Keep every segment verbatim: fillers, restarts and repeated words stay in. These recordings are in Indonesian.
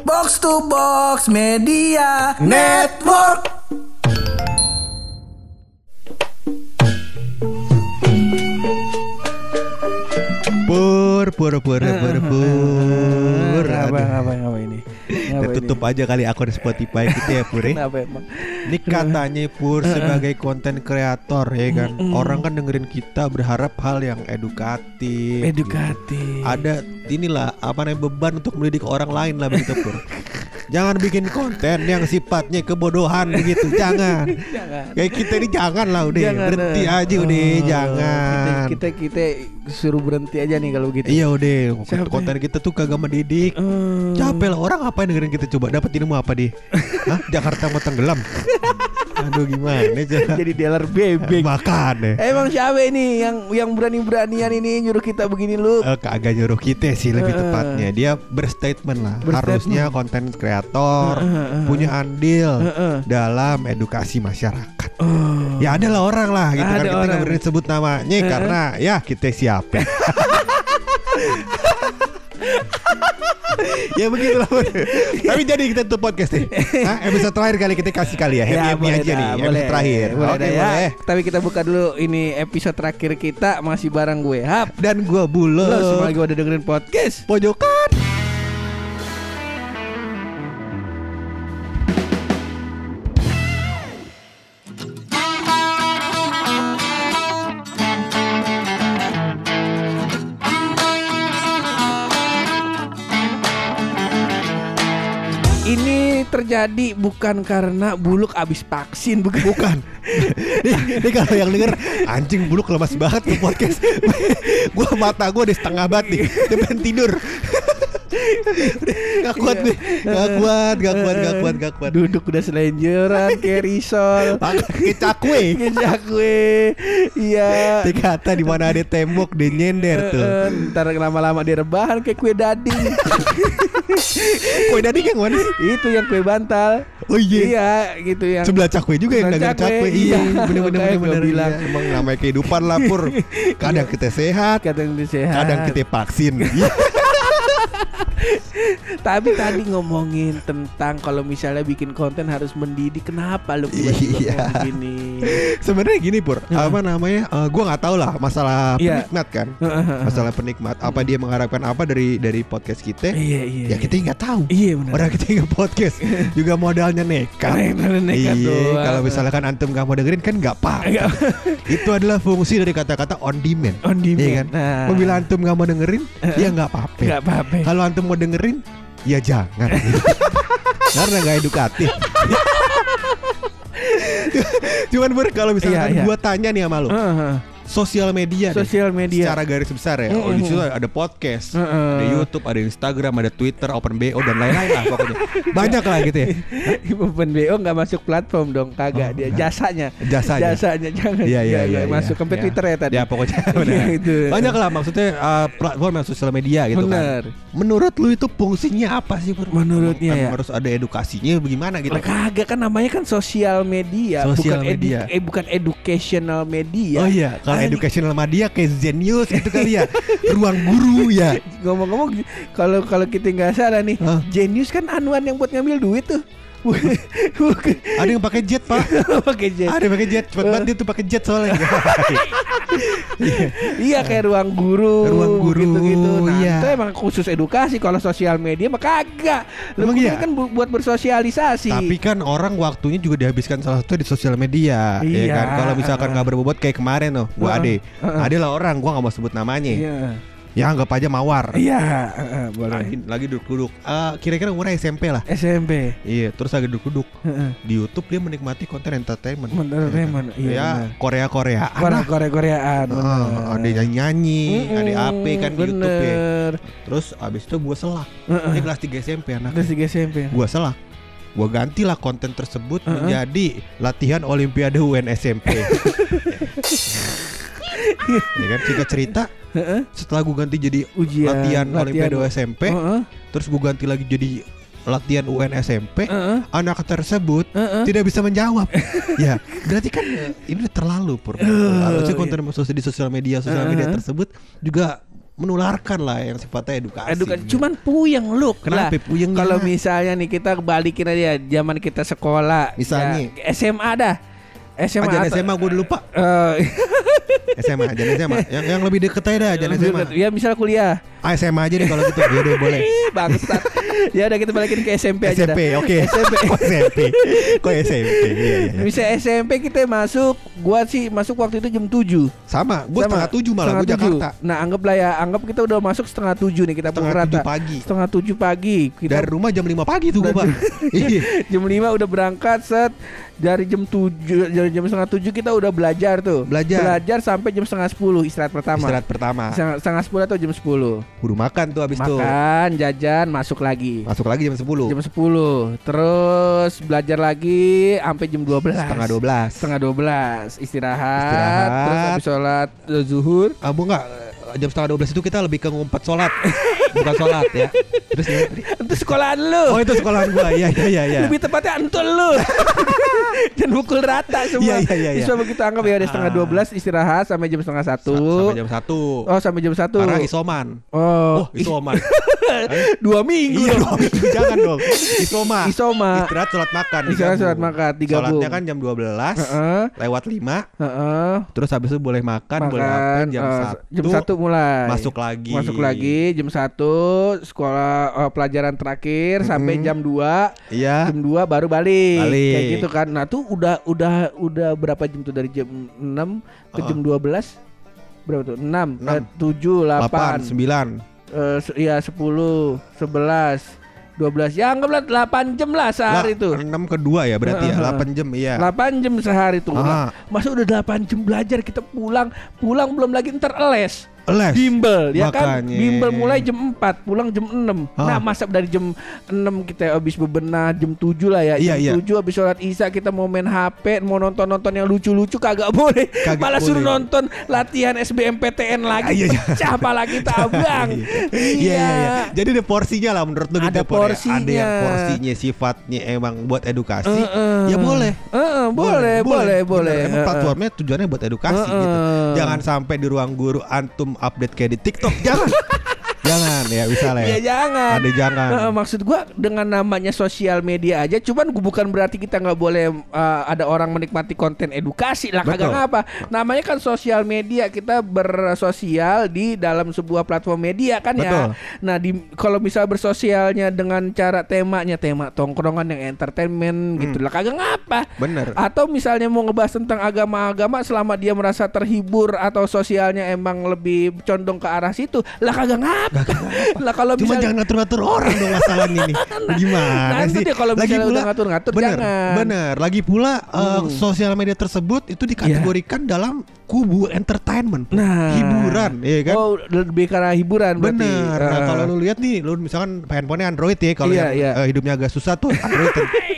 Box to Box Media Network. Pur, pur, pur, pur, pur. Apa, apa, apa ini? Kita tutup aja kali akun Spotify kita ya Pur. Kenapa emang? Ini katanya Pur sebagai konten kreator ya kan. Orang kan dengerin kita berharap hal yang edukatif. Edukatif. Ada inilah apa namanya beban untuk mendidik orang lain lah begitu Pur. Jangan bikin konten yang sifatnya kebodohan begitu, jangan. Jangan. Kayak kita ini jangan lah udah, Jangan, berhenti uh, aja udah, oh, jangan. Kita, kita kita suruh berhenti aja nih kalau gitu. Iya udah, Capek. konten kita tuh kagak mendidik. Hmm. Capek lah orang ngapain dengerin kita coba dapat ilmu apa di? Hah? Jakarta mau tenggelam. Aduh gimana aja. Jadi dealer bebek. Makan deh. Emang siapa ini yang yang berani-beranian ini nyuruh kita begini lu? Eh, kagak nyuruh kita sih lebih Uh, tepatnya. Dia berstatement lah. berstatement. Harusnya konten kreator Uh, uh, uh, punya andil uh, uh. dalam edukasi masyarakat. Oh. Ya ada lah orang lah gitu Ada kan, kita orang. nggak berani sebut namanya Uh, uh. karena ya kita siapa. Ya begitulah. Tapi jadi kita tutup podcast nih. Hah? Episode terakhir kali kita kasih kali ya. Happy Ya, happy boleh aja dah, nih. boleh. Episode terakhir. Boleh Oke dah ya. boleh. Tapi kita buka dulu ini episode terakhir kita masih bareng gue Hap. Dan gua Bulo. Lo semua lagi udah dengerin podcast Pojokan. Ini terjadi bukan karena Buluk abis vaksin, bukan. Bukan. Nih, nih kalau yang denger anjing Buluk lemas banget ke podcast. Gua mata gua udah setengah banget nih. Dia pengen tidur. Gak kuat gue. Gak kuat, gak kuat, gak kuat, gak kuat. Duduk udah selenjeran kayak risol. Pakai cakwe. Kecak gue. Iya. Dia kata di mana ada tembok dia nyender tuh. Eh, Ntar lama-lama dia rebahan kayak kue dading. Kue dading yang mana? Itu yang kue bantal. Oh iya. Iya gitu yang Sebelah cakwe juga yang Sebelah dagang cakwe. cakwe, Iya, iya. bener-bener Makanya bener-bener gua bilang. iya. Emang namanya kehidupan lah Pur. Kadang kita sehat, kadang dia sehat. kadang kita vaksin. Iya. Tapi tadi ngomongin tentang kalau misalnya bikin konten harus mendidik, kenapa lu tiba-tiba Iya. ngomong gini? Sebenarnya gini Pur, apa namanya? Uh, gua nggak tahu lah masalah Iya. penikmat kan. Masalah penikmat. Apa dia mengharapkan apa dari dari podcast kita? Iya iya. Ya kita nggak tahu. Iya benar. Orang kita nggak podcast juga modalnya nekat. Nekat Iya, doang. kalau misalkan antum nggak mau dengerin kan nggak apa. Itu adalah fungsi dari kata-kata on demand. On demand. Iya kan? Nah. Apabila antum nggak mau dengerin, ya nggak apa-apa. Nggak apa-apa. Kalau antum mau dengerin, ya jangan. Karena nggak edukatif. Cuman Ber, kalau misalkan Iya, iya. gua tanya nih sama lu, Heeh. sosial media deh, Sosial media. secara garis besar ya. Oh, di situ ada podcast, Heeh. ada YouTube, ada Instagram, ada Twitter, Open B O dan lain-lain lah pokoknya. Banyak lah gitu ya. Open B O nggak masuk platform dong, kagak Oh, dia enggak. jasanya. Jasanya. Jasanya jangan. Iya iya Nggak, iya. nggak masuk ke iya. Twitter ya tadi. Ya pokoknya Iya, benar. itu. Banyak lah maksudnya uh, platform yang sosial media gitu Bener. kan. Menurut lu itu fungsinya apa sih Pur? Menurutnya Emang ya. harus ada edukasinya bagaimana gitu. Lah, kagak kan namanya kan sosial media, Sosial bukan edu- media. eh bukan educational media. Oh iya, kalau Anjing. educational media kayak Zenius gitu kali ya. Ruang guru ya. Ngomong-ngomong kalau kalau kita nggak salah nih, Hah? Genius kan anuan yang buat ngambil duit tuh. Bukan Ada yang pakai jet, Pak. pakai jet. Ada yang pakai jet. Cepet banget dia tuh pakai jet soalnya. Iya kayak ruang guru, Ruang guru, gitu-gitu. Nah, iya. itu emang khusus edukasi. Kalau sosial media mah kagak. Lu Emang iya? kan bu- buat bersosialisasi. Tapi kan orang waktunya juga dihabiskan salah satu di sosial media, ya Iya. kan. Kalau misalkan nggak berbobot kayak kemarin tuh, gua Heeh. ade, Heeh. ada lah orang, gua nggak mau sebut namanya. Iya. Ya anggap aja mawar. Iya, heeh, boleh. Lagi, lagi duduk-duduk. Ah, kira-kira umurnya S M P lah. S M P. Iya, terus lagi duduk-duduk Heeh. di YouTube dia menikmati konten entertainment. Entertainment, Ya, iya, ya benar. Korea-Koreaan. Korea lah. Korea Koreaan. Ah, ada yang nyanyi, ada A P kan di YouTube ya. Bener. Terus abis itu gue selak. Heeh. Ini kelas tiga S M P anak. Terus tiga S M P. Gue selak. Gue gantilah konten tersebut Uh-uh. menjadi latihan Olimpiade U N S M P. Ya kan, singkat cerita, Heeh. setelah gue ganti jadi Ujian latihan, Olimpiade S M P, Heeh. terus gue ganti lagi jadi latihan U N S M P, Heeh. anak tersebut Heeh. tidak bisa menjawab. Ya, berarti kan eh, ini udah terlalu Pur. Oh, Harusnya iya. konten sosial di sosial media, sosial media Uh-huh. tersebut juga menularkan lah yang sifatnya edukasi. Edukasi cuman puyeng lu. Kenapa puyeng? Kalau misalnya nih kita balikin aja zaman kita sekolah, misalnya ya, S M A dah. S M A aja atau, S M A gue udah lupa. Uh, S M A aja S M A. Yang yang lebih deket aja dah jangan S M A. Ya misal kuliah. Ah, S M A aja deh kalau gitu. Ya udah boleh. Bangsat. Ya udah kita balikin ke S M P aja S M P, dah. oke. S M P. Kok S M P? Kok S M P? Iya, iya. Bisa S M P kita masuk, gua sih masuk waktu itu jam tujuh. Sama, gua setengah tujuh malah, gua Jakarta. Nah anggaplah ya, anggap kita udah masuk setengah tujuh nih kita setengah rata. tujuh pagi. Setengah tujuh pagi. Kita dari rumah jam lima pagi tuh gua, Bang. Jam lima udah berangkat set. Dari jam tujuh, dari jam setengah tujuh kita udah belajar tuh. Belajar. Belajar sampai jam setengah sepuluh istirahat pertama. Istirahat pertama. Setengah, setengah sepuluh atau jam sepuluh. Kudu makan tuh abis makan, tuh. Makan, jajan, masuk lagi. Masuk lagi jam sepuluh. Jam sepuluh. Terus belajar lagi sampai jam dua belas. Setengah dua belas. Setengah dua belas. Istirahat. Istirahat. Terus habis sholat uh, zuhur. Abu enggak. Jam setengah dua belas itu kita lebih ke ngumpet sholat. Bukan sholat ya. Terus ya. Itu sekolahan lu. Oh itu sekolahan gua. Iya iya iya. Lebih tepatnya antul lu. Dan pukul rata semua. Iya iya iya. Coba kita anggap ya ada setengah dua belas istirahat sampai jam setengah satu. Sampai jam satu. Oh sampai jam satu. Karena isoman. Oh, oh isoman. Dua minggu. Iya dua minggu. Jangan dong. Isoma. Isoma. Istirahat sholat makan. Istirahat sholat makan. Digabung. Sholatnya kan jam dua belas. Uh-uh. Lewat lima. Uh-uh. Terus habis itu boleh makan. makan. Boleh apa? Jam uh, satu. Jam satu mulai. Masuk lagi. Masuk lagi jam satu sekolah uh, pelajaran terakhir mm-hmm. sampai jam dua. Iya. Jam dua baru balik. Balik. Kayak gitu kan. Nah, tuh udah udah udah berapa jam tuh dari jam enam ke uh. jam dua belas? Berapa tuh? enam, tujuh, delapan, sembilan. Uh, iya sepuluh, sebelas, dua belas. Ya anggaplah delapan jam lah sehari itu. enam ke dua ya berarti ya. delapan jam iya. delapan jam sehari tuh. Masa udah delapan jam belajar kita pulang, pulang belum lagi ntar les. Les. Bimbel ya Makanya. kan. Bimbel mulai jam empat, pulang jam enam. Ah. Nah, masa dari jam enam kita habis bebenah, jam tujuh lah ya. Iya, jam iya. tujuh habis sholat Isya kita mau main H P, mau nonton-nonton yang lucu-lucu kagak boleh. Kagak Malah boleh. suruh nonton latihan S B M P T N lagi. Ah, iya, iya. Pecah pala kita abang. Iya, iya, iya. Jadi ada porsinya lah menurut lu ada gitu, porsinya. Ada yang porsinya sifatnya emang buat edukasi. Uh, uh. Ya boleh. Uh, uh, boleh, boleh, boleh. Bener, emang uh, platformnya tujuannya buat edukasi uh, uh. gitu. Jangan sampai di ruang guru antum update kayak di TikTok. Jangan. Jangan ya misalnya. Ya jangan. Ada jangan. Uh, maksud gua dengan namanya sosial media aja, cuman bukan berarti kita nggak boleh uh, ada orang menikmati konten edukasi lah. Kagak ngapa. Namanya kan sosial media, kita bersosial di dalam sebuah platform media kan. Betul. Ya. Nah di kalau misal bersosialnya dengan cara temanya tema tongkrongan yang entertainment hmm. gitu lah, kagak ngapa. Bener. Atau misalnya mau ngebahas tentang agama-agama, selama dia merasa terhibur atau sosialnya emang lebih condong ke arah situ, lah kagak ngapa. Lah kalau cuma misalnya, jangan ngatur-ngatur orang dong masalahnya ini. Gimana nah, sih? Dia kalau lagi misalnya pula, udah ngatur-ngatur bener, jangan. Bener. Lagi pula hmm. uh, sosial media tersebut itu dikategorikan yeah. dalam kubu entertainment, nah, hiburan, ya kan? Oh, lebih karena hiburan berarti. Bener. Nah, uh. kalau lu lihat nih, lu misalkan handphonenya Android ya, kalau yeah, yang yeah. uh, hidupnya agak susah tuh Android.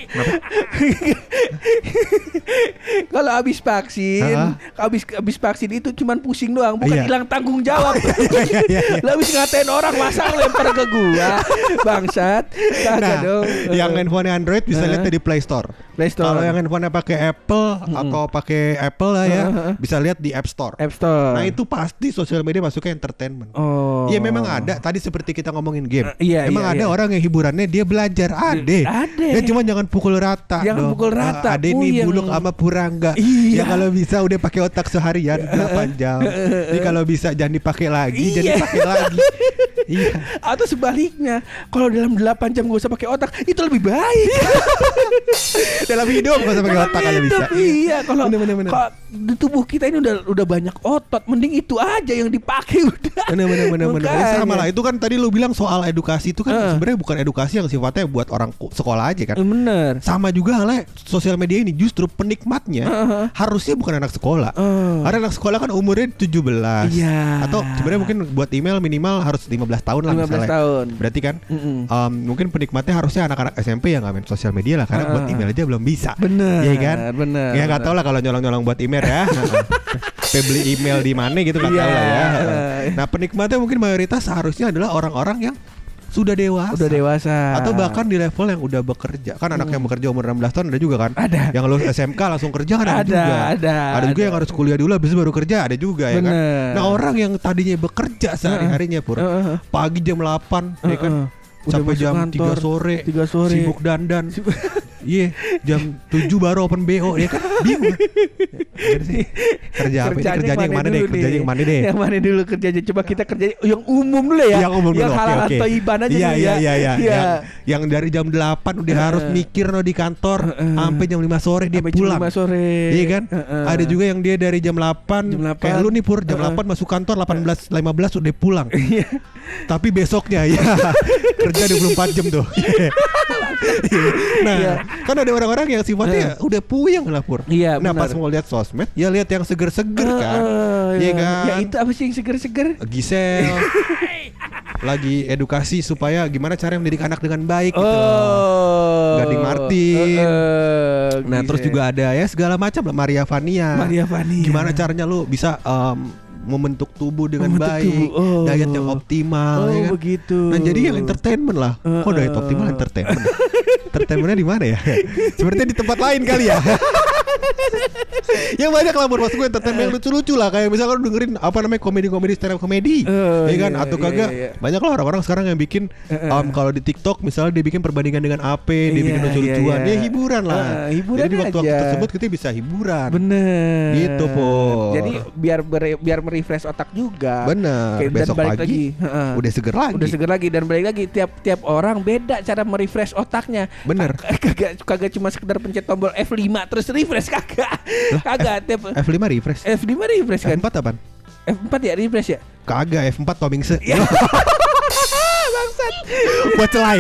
Kalau habis vaksin, uh-huh. habis habis vaksin itu cuman pusing doang, bukan yeah. hilang tanggung jawab. Lah habis ngatain orang masa lempar ke gua, bangsat. Kagak nah, dong. Yang handphone Android bisa uh-huh. lihat di Play Store. Play Store. Kalau yang handphone pakai Apple mm-hmm. atau pakai Apple lah ya, uh-huh. bisa lihat di App Store. App Store. Nah itu pasti sosial media masuknya entertainment. Oh. Iya memang ada. Tadi seperti kita ngomongin game. Uh, iya, Emang iya, ada iya. orang yang hiburannya dia belajar. Ada. Ada. Ya cuma jangan pukul rata. Jangan dong. pukul rata. Uh, ada nih buluk sama purangga. Iya. Ya kalau bisa udah pakai otak seharian delapan jam. Jadi kalau bisa jangan dipakai lagi, iya. jangan dipakai lagi. Iya. Atau sebaliknya, kalau dalam delapan jam gak usah pakai otak, itu lebih baik. Dalam hidup gak usah pakai otak kalau bisa. Iya, kalau bener, bener, kalau di tubuh kita ini udah udah banyak otot, mending itu aja yang dipakai udah. Bener bener bener bener. Ya, sama lah. Itu kan tadi lu bilang soal edukasi itu kan uh. sebenarnya bukan edukasi yang sifatnya buat orang sekolah aja kan. Bener. Sama juga halnya sosial media ini justru penikmatnya uh-huh. harusnya bukan anak sekolah. Uh. Karena anak sekolah kan umurnya tujuh belas. Iya. Atau sebenarnya mungkin buat email minimal harus lima belas tahun lah lima belas misalnya. tahun. Berarti kan um, mungkin penikmatnya harusnya anak-anak S M P yang nggak main sosial media lah karena uh. buat email aja belum bisa. Bener. Iya kan? Bener. Ya nggak tahu lah kalau nyolong-nyolong buat email ya. Sampai beli email di mana gitu nggak tahu lah ya. Nah penikmatnya mungkin mayoritas seharusnya adalah orang-orang yang sudah dewasa. Udah dewasa. Atau bahkan di level yang udah bekerja. Kan anak hmm. yang bekerja umur enam belas tahun ada juga kan? Ada. Yang lulus S M K langsung kerja kan ada, ada juga. Ada. Ada juga ada. yang harus kuliah dulu habis itu baru kerja, ada juga. Bener. Ya kan. Nah, orang yang tadinya bekerja sehari-harinya Pur. Uh, uh, pagi jam delapan uh, uh. ya kan. Udah sampai jam tiga sore, tiga sore sibuk dandan. Iya, jam tujuh baru open B O ya kan. Bingung. Kerja apa? Kerjanya, kerjanya yang mana deh? Kerjanya yang mana deh? Yang mana dulu kerjanya? Coba kita kerja yang umum dulu ya. Yang umum dulu. Yang halal okay, atau ibadah aja iya, dulu iya, ya. Iya, iya, iya. Yang, yang dari jam delapan udah harus mikir no di kantor uh, uh, sampai jam lima sore dia pulang. Jam lima sore. Iya kan? Uh, uh. Ada juga yang dia dari jam delapan, jam delapan kayak lu nih Pur, jam uh, uh. delapan masuk kantor, delapan belas lima belas udah pulang. Tapi besoknya ya kerja dua puluh empat jam tuh. Nah, iya. Kan ada orang-orang yang sifatnya uh. udah puyeng lah Pur. Iya, nah, benar. pas mau lihat sosmed, ya lihat yang seger-seger uh, kan. Uh, iya ya. kan? Ya itu apa sih yang seger-seger? Gisel. Lagi edukasi supaya gimana cara mendidik anak dengan baik gitu. Oh. Gading Martin. Uh, uh, nah, Gisel. terus juga ada ya segala macam lah Maria Vania. Maria Vania. Gimana caranya lu bisa um, membentuk tubuh dengan membentuk baik, tubuh. Oh. diet yang optimal. Oh, ya kan? begitu. Nah, jadi yang entertainment lah. Uh, Kok diet optimal entertainment? Entertainmentnya di mana ya? Sepertinya di tempat lain kali ya. Yang banyak lah maksud gue entertainment yang lucu-lucu lah. Kayak misalkan lu dengerin apa namanya komedi-komedi stand up komedi uh, ya kan iya, atau kagak iya, iya. Banyak lah orang-orang sekarang yang bikin uh, um, kalau di TikTok misalnya dia bikin perbandingan dengan A P, dia iya, bikin lucu-lucuan, iya, iya. Ya hiburan lah. Uh, hiburan jadi di waktu-waktu aja. tersebut kita bisa hiburan. Bener. Gitu po. Jadi biar ber- biar merefresh otak juga. Bener. Kayak, besok balik pagi lagi. Uh, udah seger lagi. Udah seger lagi dan balik lagi tiap tiap orang beda cara merefresh otaknya. Bener. Kagak kagak cuma sekedar pencet tombol F lima terus refresh kagak. Kagak tiap F lima refresh. F lima refresh kan. F empat apaan? F empat ya refresh ya? Kagak, F empat Tomingse. Bangsat. Buat celai.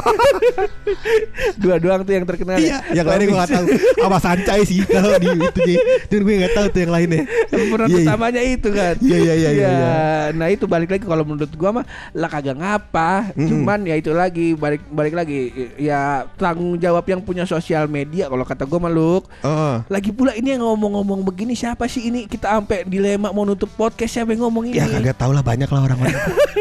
Dua doang tuh yang terkenal. Iya, yang lainnya gue gak tahu. Sama Sancai sih kalau di itu sih. Cuman gue gak tahu tuh yang lainnya. Pemeran yeah, utamanya yeah. itu kan. Iya iya iya iya. Nah, itu balik lagi kalau menurut gua mah lah kagak ngapa. Mm-hmm. Cuman ya itu lagi balik balik lagi ya tanggung jawab yang punya sosial media kalau kata gua mah Luk. Uh. Lagi pula ini yang ngomong-ngomong begini siapa sih ini? Kita sampai dilema mau nutup podcast siapa yang ngomong ini? Ya kagak tahu lah banyak lah orang-orang.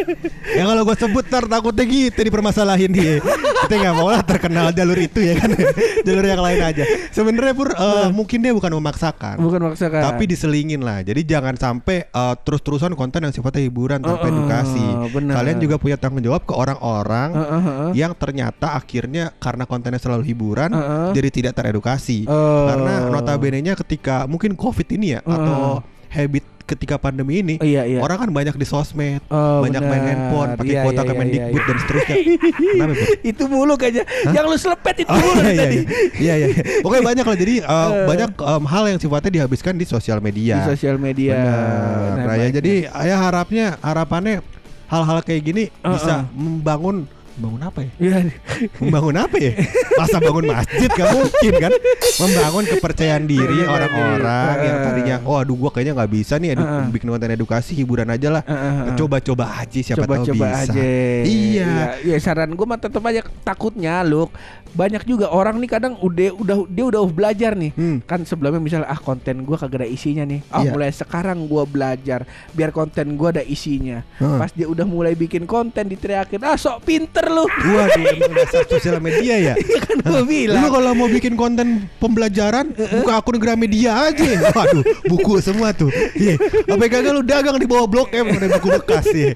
Ya kalau gua sebut ntar takutnya gitu dipermasalahin dia. Kita nggak mau lah terkenal jalur itu ya kan. Jalur yang lain aja. Sebenarnya Pur uh, mungkin dia bukan memaksakan. Bukan memaksakan. Tapi diselingin lah. Jadi jangan sampai uh, terus-terusan konten yang sifatnya hiburan tanpa uh, uh, edukasi. Bener. Kalian juga punya tanggung jawab ke orang-orang uh, uh, uh. yang ternyata akhirnya karena kontennya selalu hiburan uh, uh. jadi tidak teredukasi. Uh. Karena notabene-nya ketika mungkin Covid ini ya uh. atau habit ketika pandemi ini, oh, iya, iya. orang kan banyak di sosmed, oh, banyak bener. main handphone, pakai iya, kuota iya, Kemendikbud iya, iya. dan seterusnya. Kenapa Bud? Itu mulu kayaknya. Hah? Yang lu selepet itu oh, mulu iya, tadi. Iya iya. Pokoknya banyak lah. Jadi uh, uh. banyak um, hal yang sifatnya dihabiskan di sosial media. Di sosial media. Benar. Nah, ya, jadi ya harapnya harapannya hal-hal kayak gini uh, bisa uh. membangun Membangun apa ya? Ya. Membangun apa ya? Masa bangun masjid gak mungkin kan? Membangun kepercayaan diri orang-orang yang tadinya oh aduh gua kayaknya gak bisa nih edu- uh. bikin konten edukasi hiburan aja lah. uh. Coba-coba aja siapa coba, tahu coba bisa aja. Iya. Ya, ya saran gua mah tetap aja takutnya Luk. Banyak juga orang nih kadang udah udah dia udah belajar nih. Hmm. Kan sebelumnya misalnya ah konten gua kagak ada isinya nih. Ah yeah. mulai sekarang gua belajar biar konten gua ada isinya. Uh. Pas dia udah mulai bikin konten diteriakin ah sok pinter lu. Waduh emang dasar sosial media ya. Iya kan gua bilang. Lu kalau mau bikin konten pembelajaran uh-uh. buka akun Gramedia aja. Waduh buku semua tuh. Iya. Apa kagak lu dagang di bawah Blok M ada buku bekas ya.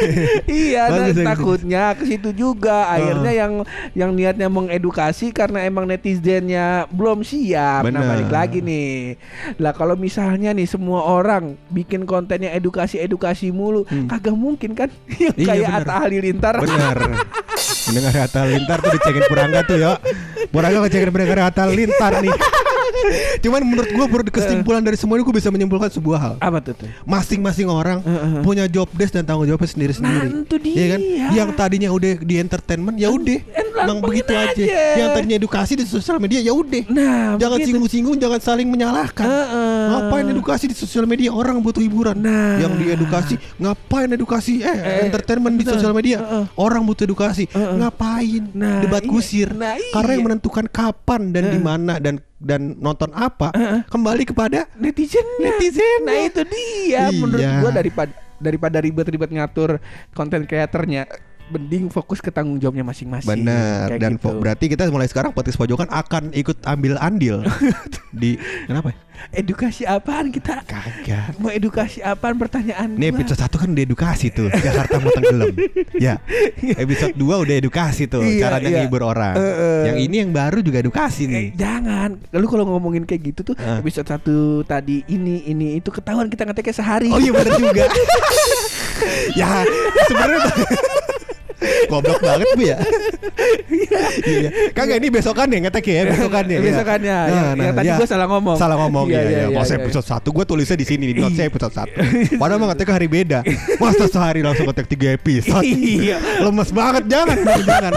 Iya nah, takutnya ke situ juga akhirnya uh. yang yang niatnya mengedukasi karena emang netizennya belum siap. Bener. Nah balik lagi nih. Lah kalau misalnya nih semua orang bikin kontennya edukasi-edukasi mulu hmm. kagak mungkin kan. Iya, kayak Atta Halilintar. Benar. Mendengar Atta Halilintar tuh dicengin Purangga tuh ya. Purangga ngecengin mendengar Atta Halilintar nih. Cuman menurut gue perlu kesimpulan dari semua ini gue bisa menyimpulkan sebuah hal. Apa tuh? tuh? Masing-masing orang uh-huh. punya job desk dan tanggung jawabnya sendiri-sendiri. Nah, dia. Ya kan? Yang tadinya udah di entertainment ya udah. Emang begitu aja. aja. Yang tadinya edukasi di sosial media ya udah. Nah, jangan begitu. Singgung-singgung, jangan saling menyalahkan. Uh-uh. Ngapain edukasi di sosial media? Orang butuh hiburan. Nah. Yang diedukasi, ngapain edukasi? Eh, eh entertainment betul. Di sosial media. Uh-uh. Orang butuh edukasi. Uh-uh. Ngapain? Nah, debat iya. kusir. Nah, iya. Karena yang menentukan kapan dan uh. di mana dan dan nonton apa uh-uh. kembali kepada netizen. Netizen. Nah, itu dia. Iya. Menurut gua daripada daripada ribet-ribet ngatur konten kreatornya mending fokus ke tanggung jawabnya masing-masing. Benar. Dan gitu. fo- berarti kita mulai sekarang podcast pojokan akan ikut ambil andil di kenapa? Edukasi apaan kita? Kagak. Mau edukasi apaan pertanyaan? Nih episode satu kan udah edukasi tuh, Jakarta mau tenggelam. Ya. Episode dua udah edukasi tuh, iya, caranya iya. ngibur orang. Uh, uh. Yang ini yang baru juga edukasi nih. Eh, jangan. Lalu kalau ngomongin kayak gitu tuh, uh. episode satu tadi ini ini itu ketahuan kita ngeteknya sehari. Oh iya benar juga. Ya, sebenarnya goblok banget Bu ya. Iya. Kagak ini besokan ya ngetek ya, besokannya. Besokannya. Ya. Nah, yang nah, tadi ya. gue salah ngomong. Salah ngomong ya. ya, ya. Masa ya, episode satu gue tulisnya di sini di notes saya episode satu. Padahal mah ngetek hari beda. Masa sehari langsung ngetek tiga episode. Iya. Lemes banget, jangan, jangan.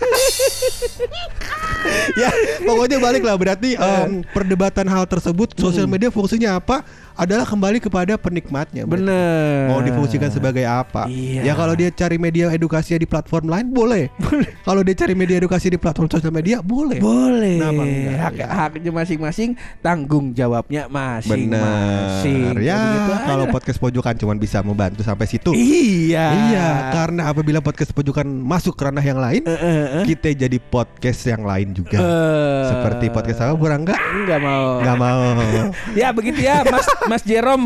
Ya, pokoknya balik lah berarti um, perdebatan hal tersebut sosial media fungsinya apa? Adalah kembali kepada penikmatnya. Bener. Mau difungsikan sebagai apa? Iya. Ya kalau dia cari media edukasi di platform lain boleh. Kalau dia cari media edukasi di platform sosial media boleh. Boleh. Kenapa enggak? Hak, ya. Haknya masing-masing, tanggung jawabnya masing-masing. Benar. Ya kalau podcast pojokan cuma bisa membantu sampai situ. Iya. Iya. Karena apabila podcast pojokan masuk ke ranah yang lain, uh, uh, uh. kita jadi podcast yang lain juga. Uh, Seperti podcast apa kurang enggak? Enggak mau. Enggak mau. Ya begitu ya Mas Mas Jerome.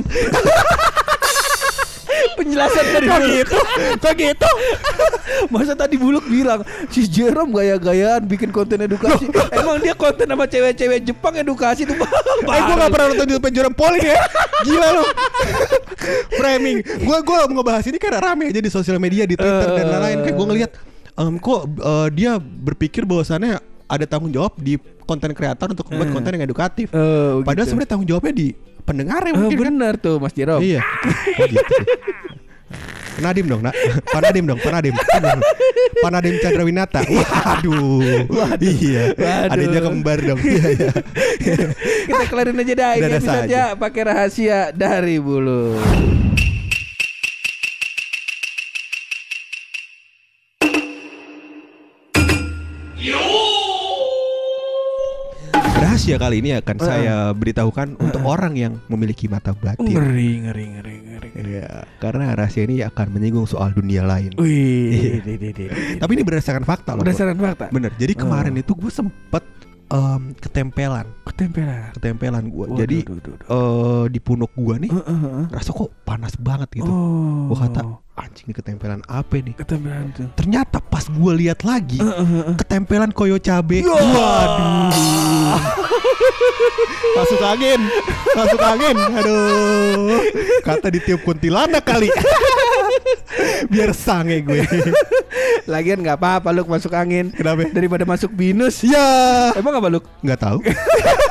Penjelasan dari kok gitu, kok gitu. Masa tadi Buluk bilang si Jerome gaya-gayaan bikin konten edukasi. Emang dia konten sama cewek-cewek Jepang edukasi tuh. Eh gue gak pernah nonton YouTube Jerome Pauline ya. Gila lu. Framing. Gue gue ngebahas ini karena rame aja di sosial media, di Twitter uh, dan lain-lain. Kayak gue ngeliat um, kok uh, dia berpikir bahwasannya ada tanggung jawab di konten kreator untuk membuat uh, konten yang edukatif. Uh, Padahal gitu. Sebenarnya tanggung jawabnya di pendengarnya oh, mungkin bener kan? Tuh Mas Jerome. Iya. Oh, gitu. Nadim dong, nak. Panadim dong, Panadim. Panadim Chandrawinata. Waduh. Waduh. Iya. Waduh. Adanya kembar dong. Iya, iya. Kita kelarin aja dah ini episode-nya pakai rahasia dari Bulu. Rahasia kali ini akan uh. saya beritahukan uh. untuk orang yang memiliki mata batin. Ngeri, ngeri, ngeri, ngeri. Ya, karena rahasia ini akan menyinggung soal dunia lain. Wih, tapi ini berdasarkan fakta loh. Berdasarkan fakta. Bener. Jadi kemarin uh. itu gue sempet um, ketempelan. Ketempelan. Ketempelan gue. Oh, Jadi duh, duh, duh. Uh, di punuk gue nih, uh, uh, uh. rasa kok panas banget gitu. Oh. Gue kata anjing nih ketempelan apa nih? Ketempelan tuh. Ternyata pas gue lihat lagi, uh, uh, uh. ketempelan koyo cabe. Yo. Waduh. Masuk angin, masuk angin. Aduh. Kata ditiup kuntilanak kali. Biar sange gue. Lagian nggak apa-apa Luk masuk angin. Kenapa? Daripada masuk binus. Ya. Emang apa Luk? Nggak tahu.